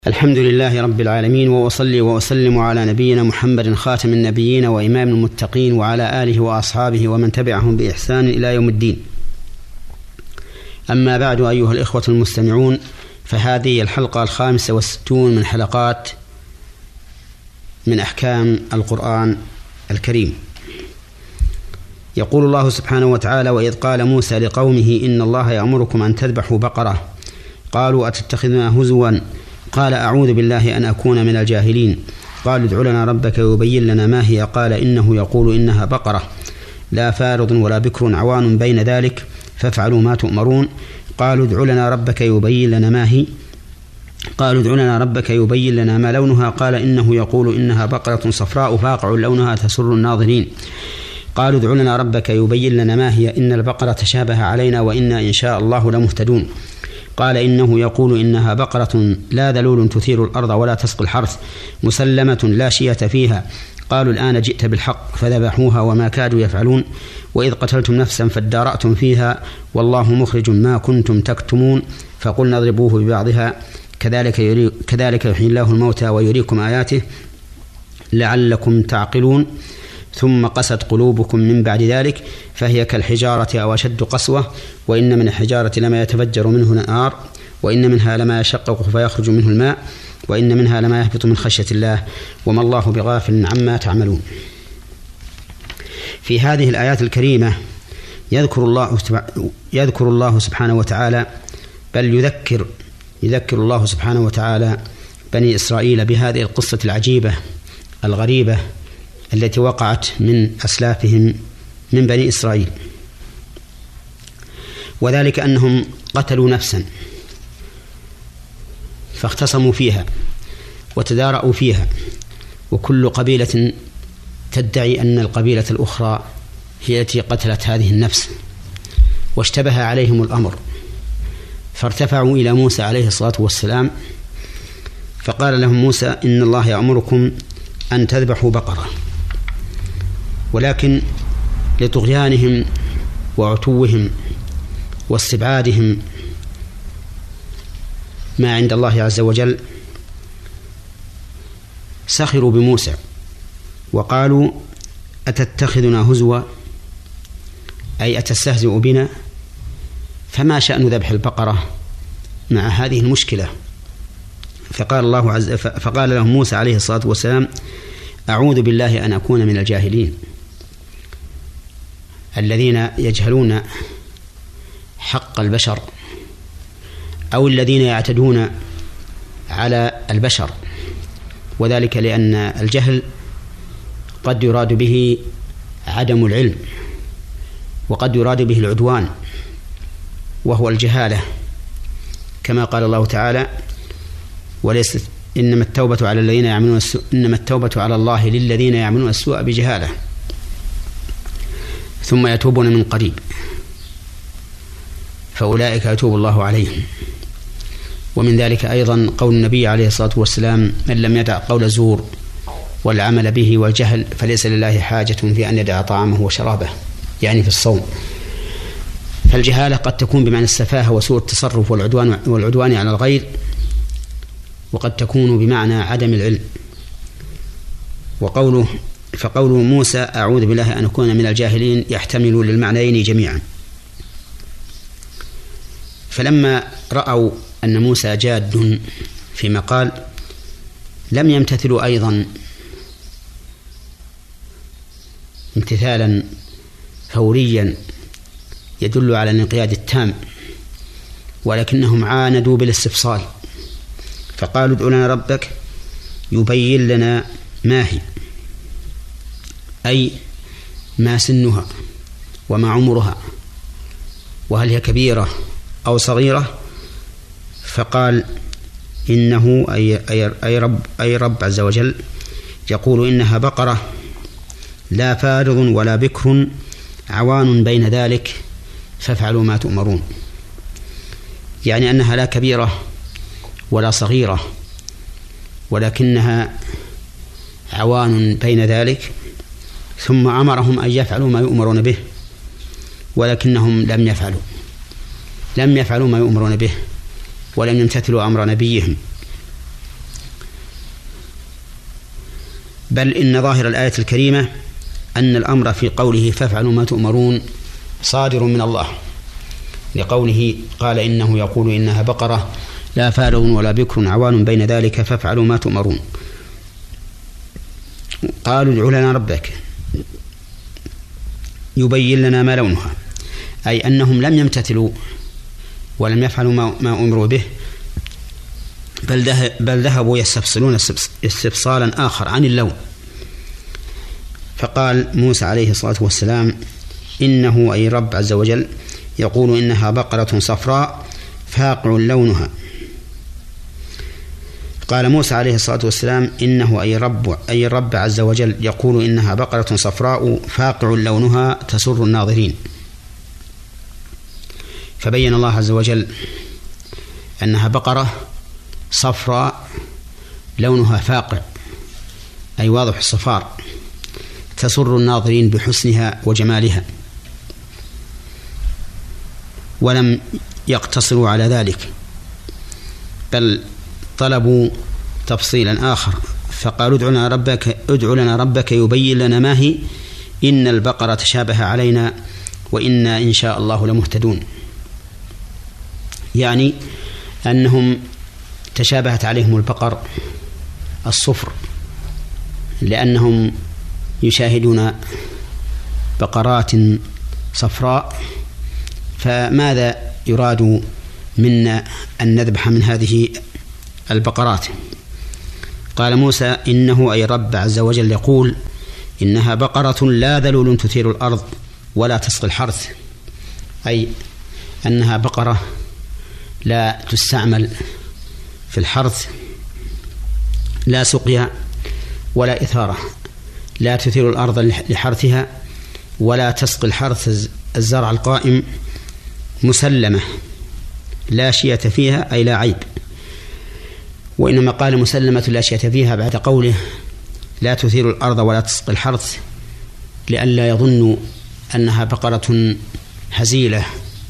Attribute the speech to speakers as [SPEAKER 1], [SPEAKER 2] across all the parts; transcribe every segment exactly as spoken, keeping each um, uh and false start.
[SPEAKER 1] الحمد لله رب العالمين، وأصلي وأسلم على نبينا محمد خاتم النبيين وإمام المتقين وعلى آله وأصحابه ومن تبعهم بإحسان إلى يوم الدين. أما بعد، أيها الإخوة المستمعون، فهذه الحلقة الخامسة والستون من حلقات من أحكام القرآن الكريم. يقول الله سبحانه وتعالى: وإذ قال موسى لقومه إن الله يأمركم أن تذبحوا بقرة قالوا أتتخذنا هزوا قال أعوذ بالله أن أكون من الجاهلين قالوا ادع لنا ربك يبين لنا ما هي قال إنه يقول إنها بقرة لا فارض ولا بكر عوان بين ذلك فافعلوا ما تؤمرون قالوا ادع لنا ربك يبين لنا ما هي قالوا ادع لنا ربك يبين لنا ما لونها قال إنه يقول إنها بقرة صفراء فاقع لونها تسر الناظرين قالوا ادع لنا ربك يبين لنا ما هي إن البقرة تشابه علينا وإنا إن شاء الله لمهتدون قال إنه يقول إنها بقرة لا ذلول تثير الأرض ولا تسقي الحرث مسلمة لا شية فيها قالوا الآن جئت بالحق فذبحوها وما كادوا يفعلون وإذ قتلتم نفسا فادارأتم فيها والله مخرج ما كنتم تكتمون فقلنا اضربوه ببعضها كذلك, يري كذلك يحيي الله الموتى ويريكم آياته لعلكم تعقلون ثم قست قلوبكم من بعد ذلك فهي كالحجارة أو أشد قسوة وإن من الحجارة لما يتفجر منه النار وإن منها لما يشقق فيخرج منه الماء وإن منها لما يهبط من خشية الله وما الله بغافل عما تعملون. في هذه الآيات الكريمة يذكر الله يذكر الله سبحانه وتعالى بل يذكر يذكر الله سبحانه وتعالى بني إسرائيل بهذه القصة العجيبة الغريبة التي وقعت من أسلافهم من بني إسرائيل، وذلك أنهم قتلوا نفسا فاختصموا فيها وتدارأوا فيها وكل قبيلة تدعي أن القبيلة الأخرى هي التي قتلت هذه النفس واشتبه عليهم الأمر فارتفعوا إلى موسى عليه الصلاة والسلام فقال لهم موسى إن الله يأمركم أن تذبحوا بقرة، ولكن لطغيانهم وعتوهم واستبعادهم ما عند الله عز وجل سخروا بموسى وقالوا أتتخذنا هزوا أي أتستهزئ بنا فما شأن ذبح البقرة مع هذه المشكلة. فقال الله عز فقال لهم موسى عليه الصلاة والسلام أعوذ بالله أن أكون من الجاهلين الذين يجهلون حق البشر أو الذين يعتدون على البشر، وذلك لأن الجهل قد يراد به عدم العلم وقد يراد به العدوان وهو الجهالة كما قال الله تعالى وليس إنما التوبة على الذين يعملون السوء إنما التوبة على الله للذين يعملون السوء بجهالة ثم يتوبون من قريب فأولئك يتوب الله عليهم. ومن ذلك أيضا قول النبي عليه الصلاة والسلام من لم يدع قول الزور والعمل به والجهل فليس لله حاجة في أن يدع طعامه وشرابه، يعني في الصوم. فالجهالة قد تكون بمعنى السفاهة وسوء التصرف والعدوان, والعدوان على الغير، وقد تكون بمعنى عدم العلم. وقوله فقول موسى أعوذ بالله أن أكون من الجاهلين يحتمل للمعنيين جميعا. فلما رأوا أن موسى جاد فيما قال لم يمتثلوا أيضا امتثالا فوريا يدل على الانقياد التام، ولكنهم عاندوا بالاستفصال فقالوا ادع لنا ربك يبين لنا ما هي أي ما سنها وما عمرها وهل هي كبيرة أو صغيرة. فقال إنه أي, أي, أي, رب أي رب عز وجل يقول إنها بقرة لا فارض ولا بكر عوان بين ذلك فافعلوا ما تؤمرون، يعني أنها لا كبيرة ولا صغيرة ولكنها عوان بين ذلك، ثم أمرهم أن يفعلوا ما يؤمرون به ولكنهم لم يفعلوا لم يفعلوا ما يؤمرون به ولم يمتثلوا أمر نبيهم بل إن ظاهر الآية الكريمة أن الأمر في قوله فافعلوا ما تؤمرون صادر من الله، لقوله قال إنه يقول إنها بقرة لا فارغ ولا بكر عوان بين ذلك فافعلوا ما تؤمرون. قالوا ادع لنا ربك يبين لنا ما لونها، أي أنهم لم يمتثلوا ولم يفعلوا ما أمروا به، بل ذهبوا يستفصلون استفصالا آخر عن اللون. فقال موسى عليه الصلاة والسلام إنه أي رب عز وجل يقول إنها بقرة صفراء فاقع لونها. قال موسى عليه الصلاة والسلام إنه أي رب أي رب عز وجل يقول إنها بقرة صفراء فاقع لونها تسر الناظرين. فبين الله عز وجل أنها بقرة صفراء لونها فاقع أي واضح الصفار تسر الناظرين بحسنها وجمالها. ولم يقتصروا على ذلك بل طلبوا تفصيلا آخر، فقالوا ادع لنا ربك ادع لنا ربك يبين لنا ما هي إن البقرة تشابه علينا وإنا إن شاء الله لمهتدون. يعني أنهم تشابهت عليهم البقر الصفر لأنهم يشاهدون بقرات صفراء، فماذا يراد منا أن نذبح من هذه البقرات؟ قال موسى إنه أي رب عز وجل يقول إنها بقرة لا ذلول تثير الأرض ولا تسقي الحرث، أي أنها بقرة لا تستعمل في الحرث، لا سقيا ولا إثارة، لا تثير الأرض لحرثها ولا تسقي الحرث الزرع القائم، مسلمة لا شية فيها أي لا عيب. وإنما قال مسلمة لا شية فيها بعد قوله لا تثير الأرض ولا تسقي الحرث لئلا يظنوا أنها بقرة هزيلة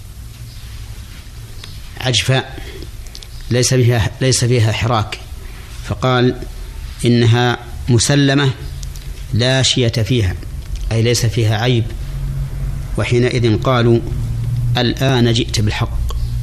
[SPEAKER 1] عجفاء ليس فيها ليس فيها حراك، فقال إنها مسلمة لا شية فيها أي ليس فيها عيب. وحينئذ قالوا الآن جئت بالحق،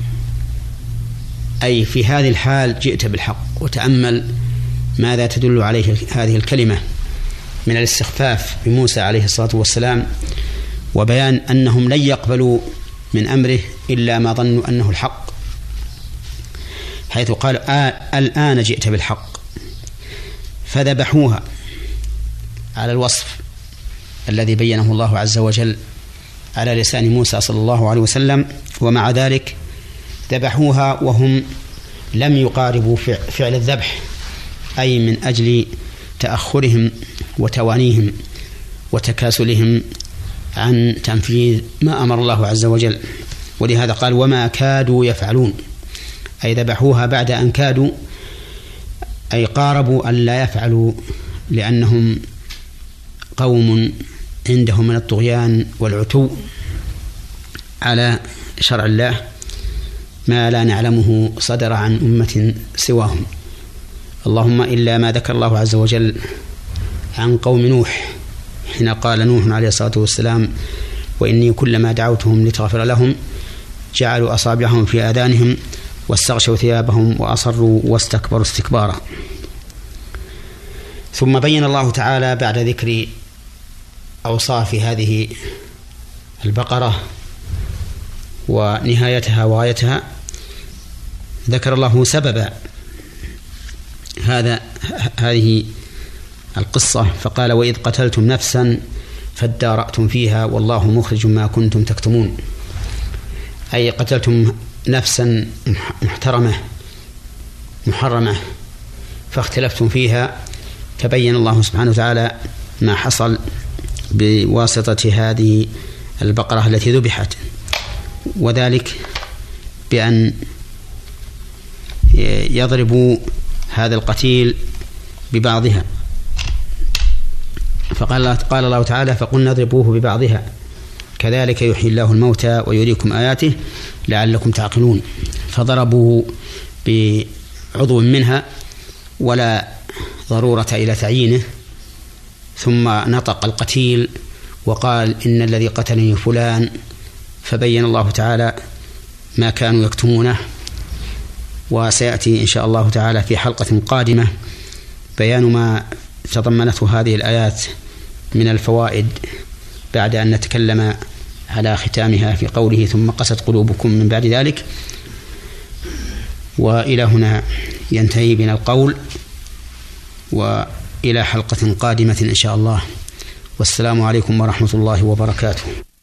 [SPEAKER 1] أي في هذه الحال جئت بالحق. وتأمل ماذا تدل عليه هذه الكلمة من الاستخفاف بموسى عليه الصلاة والسلام وبيان أنهم لن يقبلوا من أمره إلا ما ظنوا أنه الحق، حيث قال آه الآن جئت بالحق. فذبحوها على الوصف الذي بينه الله عز وجل على لسان موسى صلى الله عليه وسلم، ومع ذلك ذبحوها وهم لم يقاربوا فعل الذبح، أي من أجل تأخرهم وتوانيهم وتكاسلهم عن تنفيذ ما أمر الله عز وجل. ولهذا قال وما كادوا يفعلون، أي ذبحوها بعد أن كادوا، أي قاربوا أن لا يفعلوا، لأنهم قوم عندهم من الطغيان والعتو على شرع الله ما لا نعلمه صدر عن أمة سواهم، اللهم إلا ما ذكر الله عز وجل عن قوم نوح حين قال نوح عليه الصلاة والسلام وإني كلما دعوتهم لتغفر لهم جعلوا أصابعهم في آذانهم واستغشوا ثيابهم وأصروا واستكبروا استكبارا. ثم بين الله تعالى بعد ذكر أوصاف هذه البقرة ونهايتها وغايتها ذكر الله سبب هذا هذه القصة فقال وإذ قتلتم نفسا فادارأتم فيها والله مخرج ما كنتم تكتمون، أي قتلتم نفسا محترمة محرمة فاختلفتم فيها، فبين الله سبحانه وتعالى ما حصل بواسطة هذه البقرة التي ذبحت، وذلك بأن يضربوا هذا القتيل ببعضها، فقال قال الله تعالى فقلنا اضربوه ببعضها كذلك يحيي الله الموتى ويريكم آياته لعلكم تعقلون. فضربوه بعضو منها ولا ضرورة إلى تعيينه ثم نطق القتيل وقال إن الذي قتلني فلان، فبين الله تعالى ما كانوا يكتمونه. وسيأتي إن شاء الله تعالى في حلقة قادمة بيان ما تضمنته هذه الآيات من الفوائد بعد أن نتكلم على ختامها في قوله ثم قست قلوبكم من بعد ذلك. وإلى هنا ينتهي بنا القول، وإلى حلقة قادمة إن شاء الله، والسلام عليكم ورحمة الله وبركاته.